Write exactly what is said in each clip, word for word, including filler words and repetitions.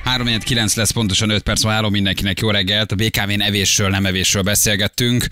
három negyven kilenc lesz, pontosan öt perc van, három mindenkinek jó reggelt. A bé ká vén evésről, nem evésről beszélgettünk.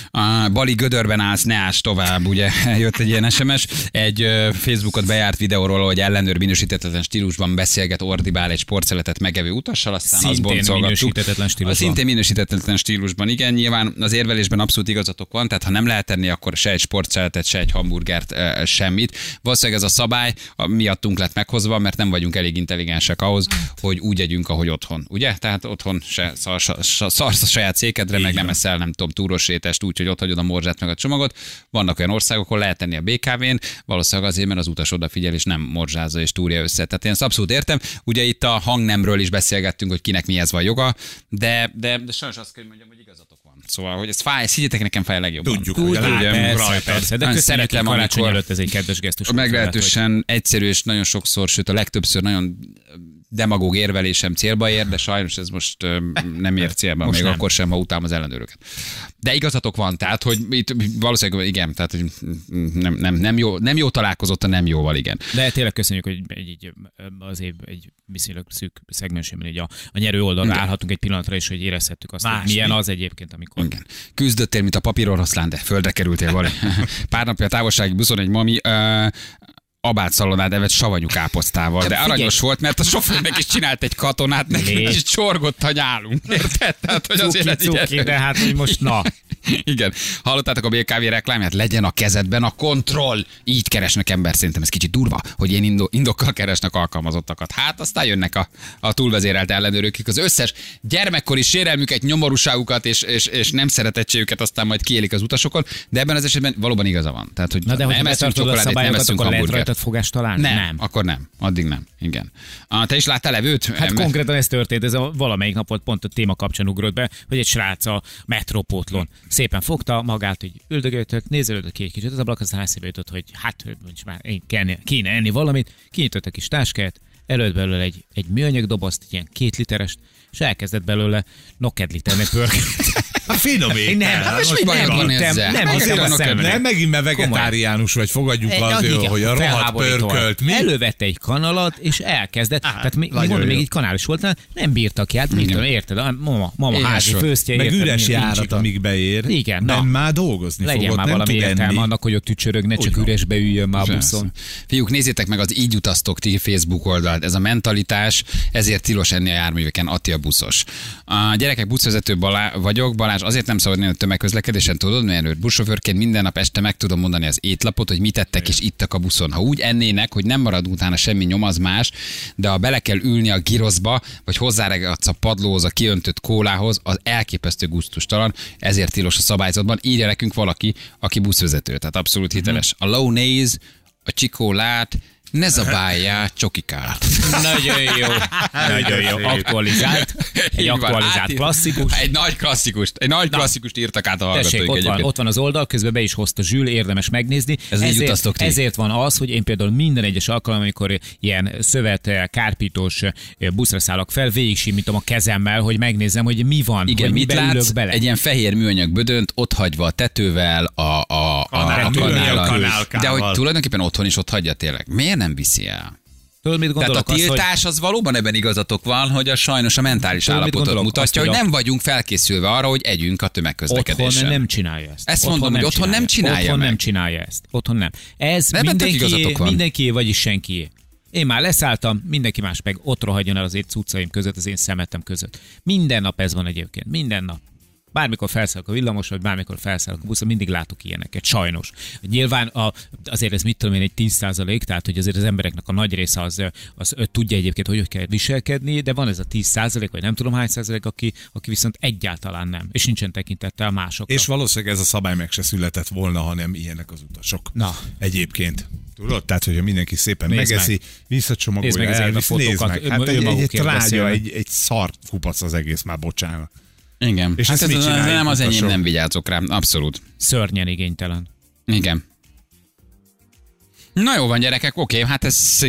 A Bali gödörben állsz, ne állsz tovább, ugye jött egy ilyen es em es. Egy Facebookot bejárt videóról, hogy ellenőr minősítetlen stílusban beszélget, ordibál egy sportszeletet megevő utassal, aztán szintén azt boncolgattuk. minősítetlen stílusban. Szintén minősítetlen stílusban, igen, nyilván az érvelésben abszolút igazatok van, tehát ha nem lehet tenni, akkor se egy sportszeletet, se egy hamburgert, semmit. Valószínűleg ez a szabály miattunk lett meghozva, mert nem vagyunk elég intelligensek ahhoz, hogy úgy együnk, ahogy otthon. Ugye? Tehát otthon se szarsz a saját székedre, meg nem eszel, nem tudom, túros rétest úgy, hogy ott hagyod a morzsát meg a csomagot. Vannak olyan országok, ahol lehet tenni a bé ká vén, valószínűleg azért, mert az utas odafigyel, és nem morzsázza és túrja össze. Tehát én ezt abszolút értem. Ugye itt a hangnemről is beszélgettünk, hogy kinek mihez van joga, de, de, de sajnos azt kell, hogy mondjam, hogy igazatok van. Szóval, hogy ez fáj, ezt higgyétek nekem fáj legjobban. Tudjuk, hogy persze, persze, de szeretem, amikor előtt ez egy kedves gesztus. Meglehetősen egyszerű, és nagyon sokszor, sőt a legtöbbször nagyon demagóg érvelésem célba ér, de sajnos ez most nem ér célba, még nem. Akkor sem, ha utálom az ellenőröket. De igazatok van, tehát, hogy itt valószínűleg igen, tehát hogy nem, nem, nem, jó, nem jó találkozott a nem jóval, igen. De tényleg köszönjük, hogy egy, egy, az év egy viszonylag szűk szegmensében így a, a nyerő oldalra állhatunk egy pillanatra, és hogy érezhettük azt, Más, hogy milyen mi? Az egyébként, amikor... Igen. Küzdöttél, mint a papíroroszlán, de földre kerültél valami. Pár napja a távolsági buszon egy mami... Uh, abátszalonát evett savanyú káposztával, de aranyos volt, mert a sofőrnek is csinált egy katonát, neki is csorgott a nyálunk. Érted? Tehát, hogy cuki, azért cuki, de hát, hogy most na. Igen. Hallottátok a bé ká vé reklámját? Legyen a kezedben a kontroll. Így keresnek ember, szerintem ez kicsit durva, hogy én indo- indokkal keresnek alkalmazottakat. Hát aztán jönnek a, a túlvezérelt ellenőrök, akik az összes gyermekkori sérelmüket, nyomorúságukat és, és, és nem szeretettségüket aztán majd kiélik az utasokon, de ebben az esetben valóban igaza van. Tehát, hogy na de nem eszünk csokoládét, nem eszünk hamburgert. Fogást találni? Nem, nem, akkor nem. Addig nem. Igen. Ah, te is láttál levőt? Hát em- konkrétan ez történt, ez a valamelyik nap volt, pont a téma kapcsán ugrott be, hogy egy srác a metrópótlón szépen fogta magát, hogy üldögéltött, nézelődött ki egy kicsit az ablak, aztán eszébe jutott, hogy hát, hogy már én kéne, kéne enni valamit, kinyitott a kis táskát, előtt belőle egy, egy műanyag dobozt, egy ilyen két literest, és elkezdett belőle nokedliternek pörkölt. A finomé. Nem, hát most mi bajod van ezzel? Nem, azért nem, nem, megint mert vegetáriánus vagy, fogadjuk e, azért, igen, hogy a rohadt pörkölt. Mi? Elővette egy kanalat, és elkezdett. Á, tehát mi, mi mondom, még egy kanál is volt, nem bírtak ki, hát mit tudom, érted? A mama, mama házi főztje, meg üres járat, amíg beér. Igen, nem már dolgozni legyen fogod, már nem valami tud enni. értelme annak, hogy ott tücsörög, ne csak üresbe üljön már a buszon. Fiúk, nézzétek meg az Így utaztok ti Facebook oldalt. Ez a mentalitás, ezért tilos enni a járműveken, Atti a buszos. A gyerekek, buszvezető Balá, vagyok, Balázs, azért nem szabad a tömegközlekedésen, tudod, mert buszsofőrként minden nap este meg tudom mondani az étlapot, hogy mit ettek és ittak a buszon. Ha úgy ennének, hogy nem marad utána semmi nyom, az más, de ha bele kell ülni a giroszba, vagy hozzáregadsz a padlóhoz, a kiöntött kólához, az elképesztő gusztustalan, ezért tilos a szabályzatban. Írja nekünk valaki, aki buszvezető, tehát abszolút hiteles. A lownaise, a csikolát, ne zabálja csokikát. Nagyon jó. Nagyon jó. Aktualizált. Egy aktualizált klasszikus. Egy nagy klasszikust. Egy nagy klasszikust írtak át a hallgatóink. Ott van, ott van az oldal, közben be is hozta Zsül, érdemes megnézni. Ez ezért, ezért van az, hogy én például minden egyes alkalom, amikor ilyen szövet, kárpítós buszra szállok fel, végig simítom a kezemmel, hogy megnézem, hogy mi van, igen, hogy mit látsz, bele. Egy ilyen fehér műanyag bödönt ott hagyva a tetővel, a, a, a, a, a kanállal. De hogy tulajdonképpen otthon is ott hagyja tényleg. Miért nem viszi el? Tudod, mit Tehát a tiltás az, hogy... az valóban ebben igazatok van, hogy a sajnos a mentális Tudod, állapotot mutatja, azt, hogy nem vagyunk felkészülve arra, hogy együnk a tömegközlekedésen. Otthon nem csinálja ezt. Ezt mondom, hogy otthon nem csinálja Otthon meg. nem csinálja ezt. Otthon nem. Ez nem mindenkié, mindenkié, vagyis senkié. Én már leszálltam, mindenki más meg ott rohadjon el az én cuccaim között, az én szemetem között. Minden nap ez van egyébként. Minden nap. Bármikor felszállok a villamos, vagy bármikor felszállok a buszon, mindig látok ilyeneket, sajnos. Nyilván a, azért ez mit tudom én, egy tíz százalék, tehát hogy azért az embereknek a nagy része az, az tudja egyébként, hogy hogy kell viselkedni, de van ez a tíz százalék, vagy nem tudom hány százalék, aki, aki viszont egyáltalán nem, és nincsen tekintettel másokra. És valószínűleg ez a szabály meg se született volna, hanem ilyenek az utasok. Na. Egyébként. Tudod? Tehát, hogyha mindenki szépen nézd megeszi, meg. visszacsomagolja, nézd meg elvisz, a nézd fotókat, meg. Hát egy, egy, egy trágya, beszélni. egy, egy szar kupac az egész, már bocsánat. Igen. És hát ez az, nem az enyém, nem vigyázok rám. Abszolút. Szörnyen igénytelen. Igen. Na jó van, gyerekek, oké, hát ez igen.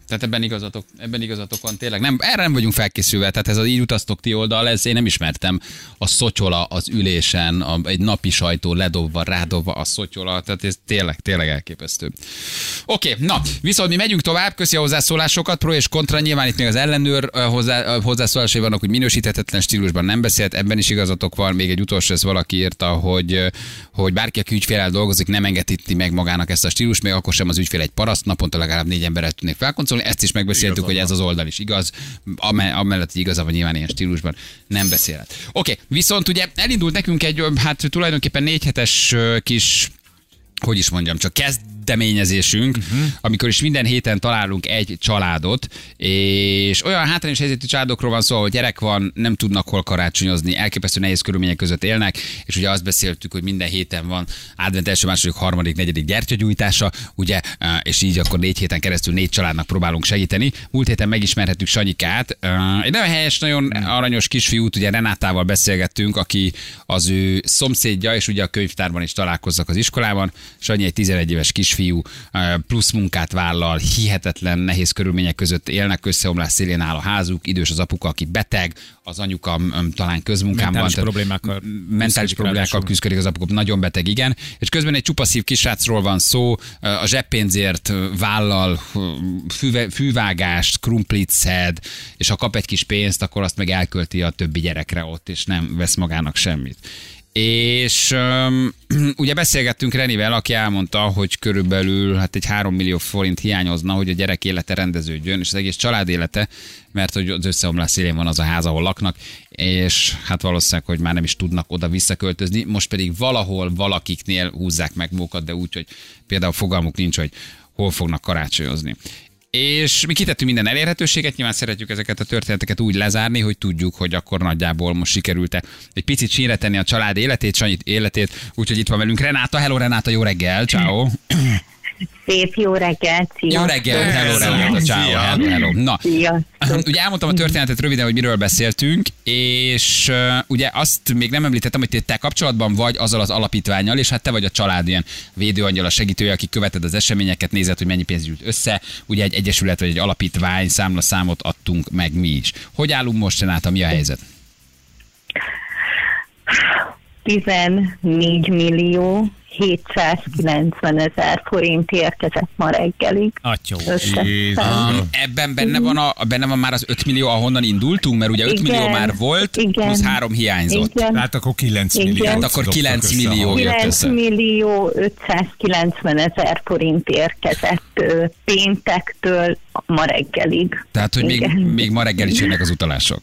Tehát ebben igazatok, ebben igazatok van tényleg. Nem, erre nem vagyunk felkészülve, tehát ez az így utaztok ti oldal, ez én nem ismertem. A szotyola az ülésen, a, egy napi sajtó ledobva, rádobva a szotyola, tehát ez tényleg, tényleg elképesztő. Oké, okay, na, viszont mi megyünk tovább, köszi a hozzászólásokat, pro és kontra, nyilván itt még az ellenőr hozzá, hozzászólásai vannak, hogy minősíthetetlen stílusban nem beszélt, ebben is igazatok van, még egy utolsó, ez valaki írta, hogy, hogy bárki, aki ügyféllel dolgozik, nem engedheti meg magának ezt a stílust, még akkor sem az ügyfél egy paraszt, naponta legalább négy emberrel tudnék felkoncolni. Ezt is megbeszéltük, igazad, hogy ez az oldal is igaz, amellett, hogy igaza van, nyilván ilyen stílusban nem beszélhet. Oké, okay, viszont ugye elindult nekünk egy, hát tulajdonképpen négy hetes kis, hogy is mondjam, csak kezdeményezésünk, uh-huh. amikor is minden héten találunk egy családot, és olyan hátrányos helyzetű családokról van szó, hogy gyerek van, nem tudnak hol karácsonyozni, elképesztő nehéz körülmények között élnek, és ugye azt beszéltük, hogy minden héten van advent első, második, harmadik, negyedik gyertyagyújtása, ugye, és így akkor négy héten keresztül négy családnak próbálunk segíteni. Múlt héten megismerhettük Sanyikát, egy nagyon helyes, nagyon aranyos kisfiút, ugye Renátával beszélgettünk, aki az ő szomszédja, és ugye a könyvtárban is találkoznak az iskolában. Sanyi egy tizenegy éves kisfiú, plusz munkát vállal, hihetetlen nehéz körülmények között élnek, összeomlás szélén áll a házuk, idős az apuka, aki beteg, az anyuka talán közmunkán mentális van. Problémákkal mentális problémákkal küzdik az apuka, nagyon beteg, igen. És közben egy csupaszív kisrácról van szó, a zseppénzért vállal fűve, fűvágást, krumplit szed, és ha kap egy kis pénzt, akkor azt meg elkölti a többi gyerekre ott, és nem vesz magának semmit. És um, ugye beszélgettünk Renivel, aki elmondta, hogy körülbelül hát egy három millió forint hiányozna, hogy a gyerek élete rendeződjön, és az egész család élete, mert hogy az összeomlás szélén van az a ház, ahol laknak, és hát valószínűleg, hogy már nem is tudnak oda visszaköltözni, most pedig valahol valakiknél húzzák meg magukat, de úgy, hogy például fogalmuk nincs, hogy hol fognak karácsonyozni. És mi kitettünk minden elérhetőséget, nyilván szeretjük ezeket a történeteket úgy lezárni, hogy tudjuk, hogy akkor nagyjából most sikerült-e egy picit sínre tenni a család életét, Sanyit életét, úgyhogy itt van velünk Renáta. Hello Renáta, jó reggel, ciao. Szép jó reggelt, sziasztok. Jó reggel, hello Renáta, ciao, hello, hello. Na, sziasztok. Ugye elmondtam a történetet röviden, hogy miről beszéltünk, és uh, ugye azt még nem említettem, hogy te kapcsolatban vagy azzal az alapítvánnyal, és hát te vagy a család ilyen védőangyal, a segítője, aki követed az eseményeket, nézed, hogy mennyi pénz jut össze. Ugye egy egyesület vagy egy alapítvány számlaszámot adtunk meg mi is. Hogy állunk most, Renáta, mi a helyzet? tizennégy millió hétszázkilencven ezer forint érkezett ma reggelig. Atyó. Ebben benne van, a, benne van már az öt millió, ahonnan indultunk, mert ugye öt millió már volt, igen, plusz három hiányzott. Igen. Tehát akkor kilenc millió. Tehát akkor kilenc millió jött össze. kilenc millió ötszázkilencven ezer forint érkezett péntektől ma reggelig. Tehát, hogy még, még ma reggel is jönnek az utalások.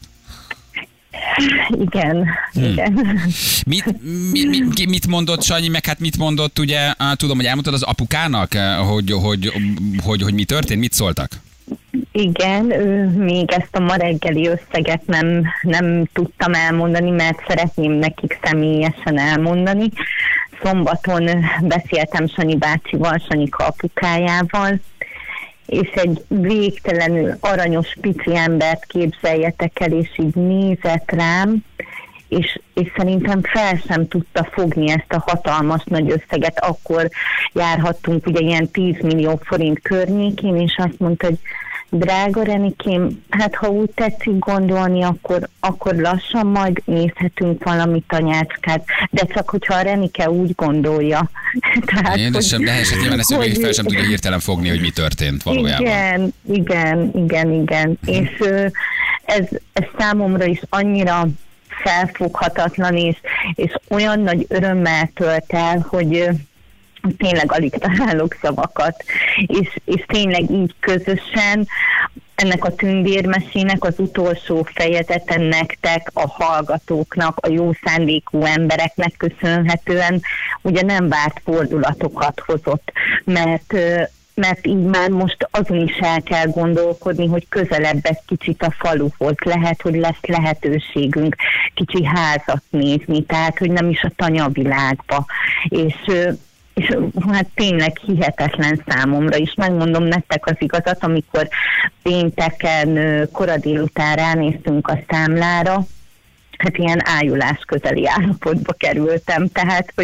Igen, hmm. igen. Mit, mi, mi, mit mondott Sanyi, meg hát mit mondott, ugye, tudom, hogy elmondtad az apukának, hogy, hogy, hogy, hogy mi történt, mit szóltak? Igen, még ezt a ma reggeli összeget nem, nem tudtam elmondani, mert szeretném nekik személyesen elmondani. Szombaton beszéltem Sanyi bácsival, Sanyika apukájával, és egy végtelenül aranyos pici embert képzeljetek el, és így nézett rám, és, és szerintem fel sem tudta fogni ezt a hatalmas nagy összeget. Akkor járhattunk ugye ilyen tíz millió forint környékén, és azt mondta, hogy drága Renikém, hát ha úgy tetszik gondolni, akkor, akkor lassan majd nézhetünk valamit anyácskát, de csak hogyha a Renike úgy gondolja. Tehát, én hogy, sem lehet, nyilván ezt hogy... fel sem tudja hirtelen fogni, hogy mi történt valójában. Igen, igen, igen, igen. Hm. És ez, ez számomra is annyira felfoghatatlan, és, és olyan nagy örömmel tölt el, hogy tényleg alig találok szavakat, és, és tényleg így közösen ennek a tündérmesének az utolsó fejezeten nektek, a hallgatóknak, a jó szándékú embereknek köszönhetően ugye nem várt fordulatokat hozott, mert mert így már most azon is el kell gondolkodni, hogy közelebb egy kicsit a faluhoz. Lehet, hogy lesz lehetőségünk kicsi házat nézni, tehát, hogy nem is a tanyavilágba. És, és hát tényleg hihetetlen számomra is. Megmondom nektek az igazat, amikor pénteken kora délután ránéztünk a számlára, hát ilyen ájulás közeli állapotba kerültem, tehát, hogy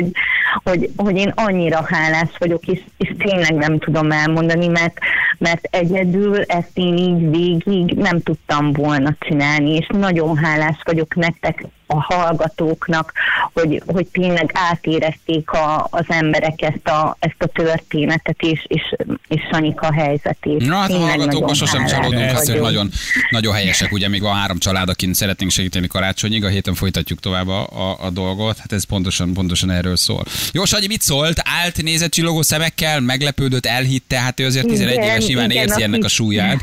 hogy, hogy én annyira hálás vagyok, és, és tényleg nem tudom elmondani, mert, mert egyedül ezt én így végig nem tudtam volna csinálni, és nagyon hálás vagyok nektek, a hallgatóknak, hogy, hogy tényleg átérezték a, az emberek ezt a, ezt a történetet, és, és, és Sanyika helyzetét. Na hát a hallgatókban sosem csalódunk, azt, hogy nagyon, nagyon helyesek, ugye még van három család, akin szeretnénk segíteni karácsonyig, a héten folytatjuk tovább a, a, a dolgot, hát ez pontosan, pontosan erről szól. Jó, Sanyi, mit szólt? Állt, nézett csillogó szemekkel, meglepődött, elhitte, hát ő azért tizenegy igen, éves, nyilván igen, érzi ennek a súlyát.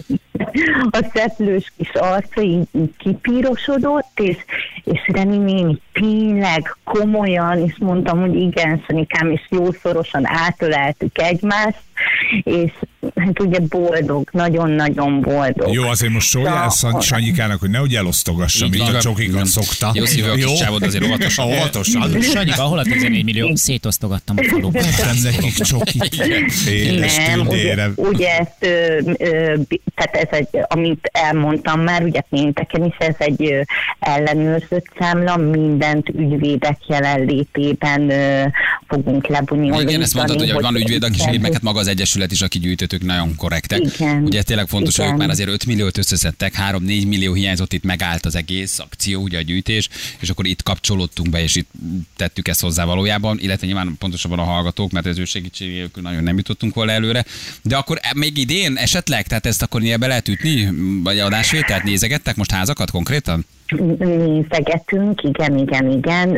A szeplős kis arca így, így kipírosodott, és, és Reni néni tényleg komolyan, és mondtam, hogy igen, Sanyikám, és jószorosan átöleltük egymást, és hát ugye boldog, nagyon-nagyon boldog. Jó, azért most sóljál Sanyikának, hogy nehogy elosztogassa, mint a csokikat szokta. Jó szívű a kis csávod, azért óvatosan. Óvatosan. Sanyika, hol a tizenegy millió? Szétosztogattam a faluban. Nem nekik csokit. Éles tündére. Ugye, ugye ezt, ö, ö, tehát ez egy, amit elmondtam már, ugye pénteken is, ez egy ö, ellenőrzött számla, mindent ügyvédek jelenlétében ö, fogunk lebonyolítani. Igen, ezt mondtad, hogy, hogy van ügyvéd, aki meg hát maga az egyesület is, aki gyűjtöttük, nagyon korrektek. Igen. Ugye tényleg fontos, igen, hogy ők már azért öt milliót összeszedtek, három-négy millió hiányzott, itt megállt az egész akció, ugye a gyűjtés, és akkor itt kapcsolódtunk be, és itt tettük ezt hozzá valójában, illetve nyilván pontosabban a hallgatók, mert az ő segítségével nagyon nem jutottunk volna előre. De akkor még idén esetleg, tehát ezt akkor be lehet ütni, vagy adásvételt nézegettek most házakat konkrétan? Nézegetünk, igen, igen, igen.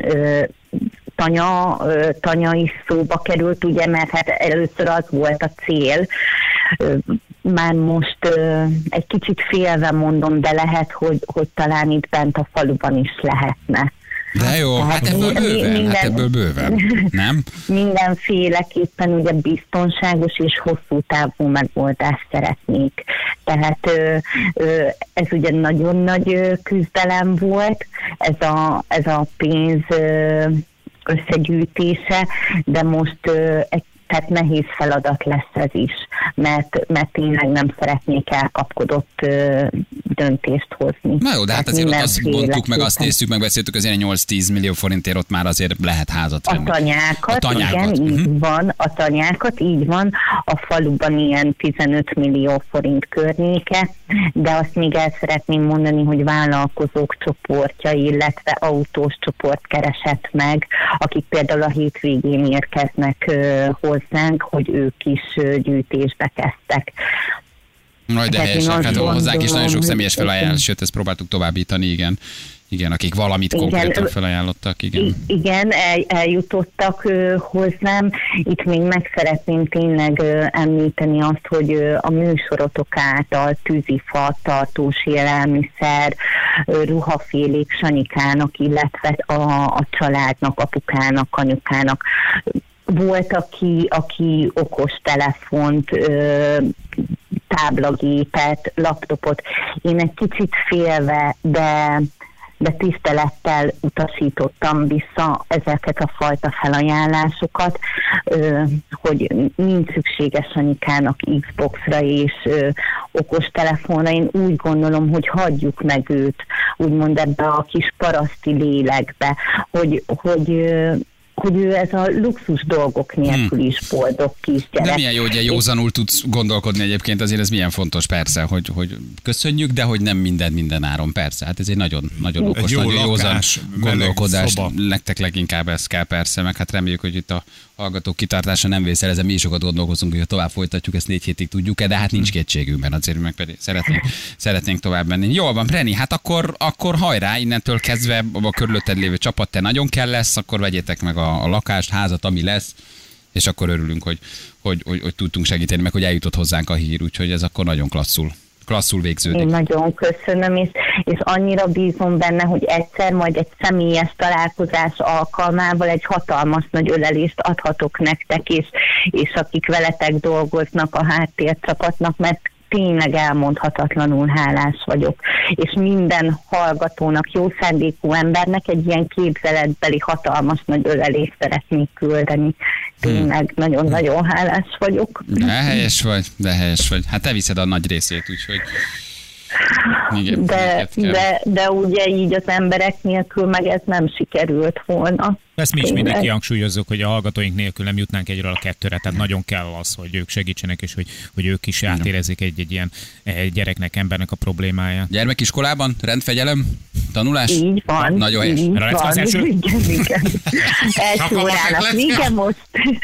Tanya, Tanya is szóba került, ugye, mert hát először az volt a cél. Már most egy kicsit félve mondom, de lehet, hogy, hogy talán itt bent a faluban is lehetne. De jó, hát, hát ebből bőven, minden, hát ebből bőven, nem? Mindenféleképpen ugye biztonságos és hosszú távú megoldást szeretnék. Tehát ö, ö, ez ugye nagyon nagy küzdelem volt, ez a, ez a pénz ö, összegyűjtése, de most ö, egy tehát nehéz feladat lesz ez is, mert, mert tényleg nem szeretnék elkapkodott ö, döntést hozni. Na jó, de hát azért ott azt mondtuk, meg azt néztük, megbeszéltük, azért nyolc-tíz millió forintért ott már azért lehet házat venni. A tanyákat, a tanyákat. Igen, uh-huh. így van, a tanyákat, így van, a faluban ilyen tizenöt millió forint környéke, de azt még el szeretném mondani, hogy vállalkozók csoportja, illetve autós csoport keresett meg, akik például a hétvégén érkeznek ö, hozzánk, hogy ők is gyűjtésbe kezdtek. Majd de helyesek, hát hozzánk is nagyon sok személyes felajánlás, sőt, ezt próbáltuk továbbítani, igen. Igen, akik valamit igen, konkrétan felajánlottak, igen. Igen, el, eljutottak ö, hozzám. Itt még meg szeretném tényleg ö, említeni azt, hogy ö, a műsorotok által tűzifa, tartós élelmiszer, ö, ruhafélék Sanyikának, illetve a, a családnak, apukának, anyukának. Volt, aki, aki okos telefont, ö, táblagépet, laptopot. Én egy kicsit félve, de, de tisztelettel utasítottam vissza ezeket a fajta felajánlásokat, ö, hogy nincs szükséges Sanyikának Xboxra és ö, okos telefonra. Én úgy gondolom, hogy hagyjuk meg őt, úgymond ebbe a kis paraszti lélekbe, hogy, hogy ö, hogy ő ez a luxus dolgok nélkül is boldog kisgyerek. De milyen jó, hogy józanul tudsz gondolkodni egyébként, azért ez milyen fontos, persze, hogy, hogy köszönjük, de hogy nem minden minden áron, persze. Hát ez egy nagyon, nagyon okos, egy nagyon józan gondolkodás. Nektek leginkább ez kell, persze, meg hát reméljük, hogy itt a hallgatók kitartása nem vészel, ezen mi is sokat gondolkozunk, hogy ha tovább folytatjuk, ezt négy hétig tudjuk-e, de hát nincs kétségünk, mert azért meg pedig szeretnénk, szeretnénk tovább menni. Jól van, Reni, hát akkor, akkor hajrá, innentől kezdve a körülötted lévő csapat, te nagyon kell lesz, akkor vegyétek meg a, a lakást, házat, ami lesz, és akkor örülünk, hogy, hogy, hogy, hogy tudtunk segíteni, meg hogy eljutott hozzánk a hír, úgyhogy ez akkor nagyon klasszul. klasszul végződik. Én nagyon köszönöm, és, és annyira bízom benne, hogy egyszer majd egy személyes találkozás alkalmával egy hatalmas nagy ölelést adhatok nektek, és, és akik veletek dolgoznak a háttércsapatnak, mert tényleg elmondhatatlanul hálás vagyok. És minden hallgatónak, jó szándékú embernek egy ilyen képzeletbeli hatalmas nagy ölelést szeretnék küldeni. Tényleg nagyon-nagyon hálás vagyok. De helyes vagy, de helyes vagy. Hát te viszed a nagy részét, úgyhogy Igen, de, de, de ugye így az emberek nélkül meg ez nem sikerült volna. Ezt mi is mindig kihangsúlyozzuk, hogy a hallgatóink nélkül nem jutnánk egyről a kettőre, tehát nagyon kell az, hogy ők segítsenek, és hogy, hogy ők is átérezzék egy, egy ilyen egy gyereknek, embernek a problémáját. Gyermekiskolában rendfegyelem, tanulás? Így van. Nagyon helyes. Így van. van. Az igen, igen. Első órának vége, most,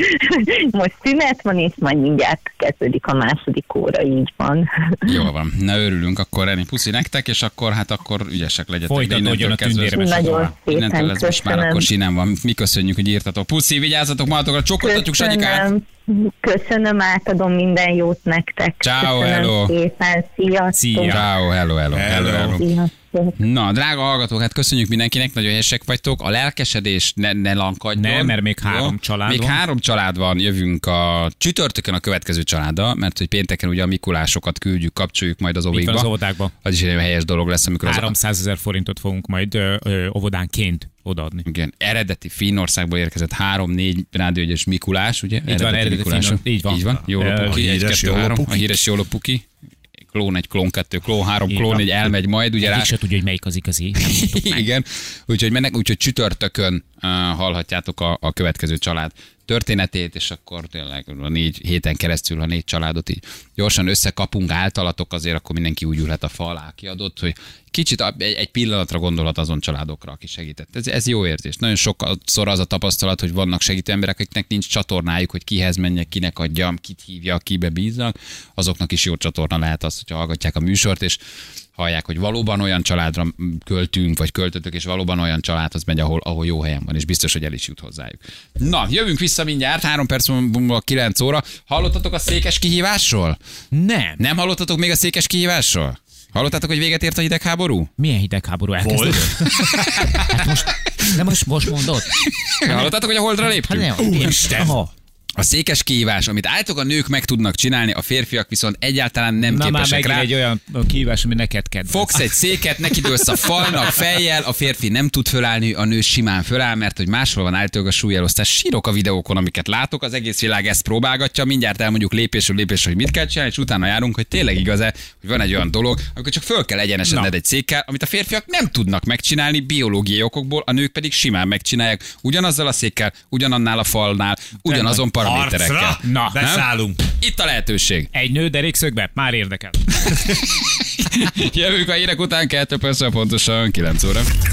most szünet van, és majd mindjárt kezdődik a második óra, így van. Jól van. Na örülünk, akkor Reni, puszi nektek, és akkor hát akkor ügyesek legyetek. Folytatódjon a tündérmes. Nagyon szépen ez most már akkor sinem van. Mi köszönjük, hogy írtatok. Puszi, vigyázzatok magatokra, csokoltatjuk Sanyikát. Köszönöm, átadom minden jót nektek. Ciao, Köszönöm hello. szépen, sziasztok. Szia. Ciao, hello, hello, hello, hello. Sziasztok. Na, drága hallgatók, hát köszönjük mindenkinek, nagyon helyesek vagytok. A lelkesedés ne, ne lankadjon. Nem, mert még három Jó? család Még van. három család van, jövünk a csütörtökön a következő családdal, mert hogy pénteken ugye a Mikulásokat küldjük, kapcsoljuk majd az Itt van óvékba. az óvodákba. Az is egy nagyon helyes dolog lesz, amikor az háromszázezer forintot fogunk majd ö, ö, óvodánként odaadni. igen, eredeti Finnországból érkezett három-négy rádiógyes Mikulás, ugye? Így van, eredeti Mikulások. Finnor- így van. Így van. Jóló Ö, Puki, a egy, híres kettő, Jóló három. A Puki. híres Jóló Puki. Klón egy, klón kettő, klón három, Így klón van. egy elmegy majd, ugye rá... Egyik se tudja, hogy melyik az igazi. Nem mondtuk meg. Igen, úgyhogy mennek, úgyhogy csütörtökön uh, hallhatjátok a, a következő család történetét, és akkor tényleg a négy héten keresztül, ha négy családot így gyorsan összekapunk általatok, azért akkor mindenki úgy ülhet a fa alá kiadott, hogy kicsit egy, egy pillanatra gondolhat azon családokra, aki segített. Ez, ez jó érzés. Nagyon sokszor az a tapasztalat, hogy vannak segítő emberek, akiknek nincs csatornájuk, hogy kihez menjek, kinek adjam, kit hívja, kibe bízzak. Azoknak is jó csatorna lehet az, hogyha hallgatják a műsort, és hallják, hogy valóban olyan családra költünk, vagy költötök, és valóban olyan családhoz megy, ahol, ahol jó helyen van, és biztos, hogy el is jut hozzájuk. Na, jövünk vissza mindjárt, három perc múlva kilenc óra. Hallottatok a székes kihívásról? Nem. Nem hallottatok még a székes kihívásról? Hallottátok, hogy véget ért a hidegháború? Milyen hidegháború elkezdődött? Hát most, de most, most mondod? Hallottátok, hogy a holdra Hát léptünk? nem, Úristen! Aha. A székes kihívás, amit állítólag a nők meg tudnak csinálni, a férfiak viszont egyáltalán nem Na már képesek megint rá. egy olyan kihívás, ami neked kedves. Fogsz egy széket, nekidőlsz a falnak fejjel, a férfi nem tud fölállni, a nő simán föláll, mert hogy máshol van állítólag a súlyelosztás. Sírok a videókon, amiket látok, az egész világ ezt próbálgatja, mindjárt elmondjuk lépésről lépésre, hogy mit kell csinálni, és utána járunk, hogy tényleg igaz-e, hogy van egy olyan dolog, amikor csak föl kell egyenesedned egy székkel, amit a férfiak nem tudnak megcsinálni biológiai okokból, a nők pedig simán megcsinálják, ugyanazzal a székkel, ugyanannál a falnál, ugyanazon paraméterekkel. Arcra? Na, beszállunk. Itt a lehetőség. Egy nő derékszögbe? Már érdekel. Jövünk a hírek után, kettő perccel pontosan kilenc óra.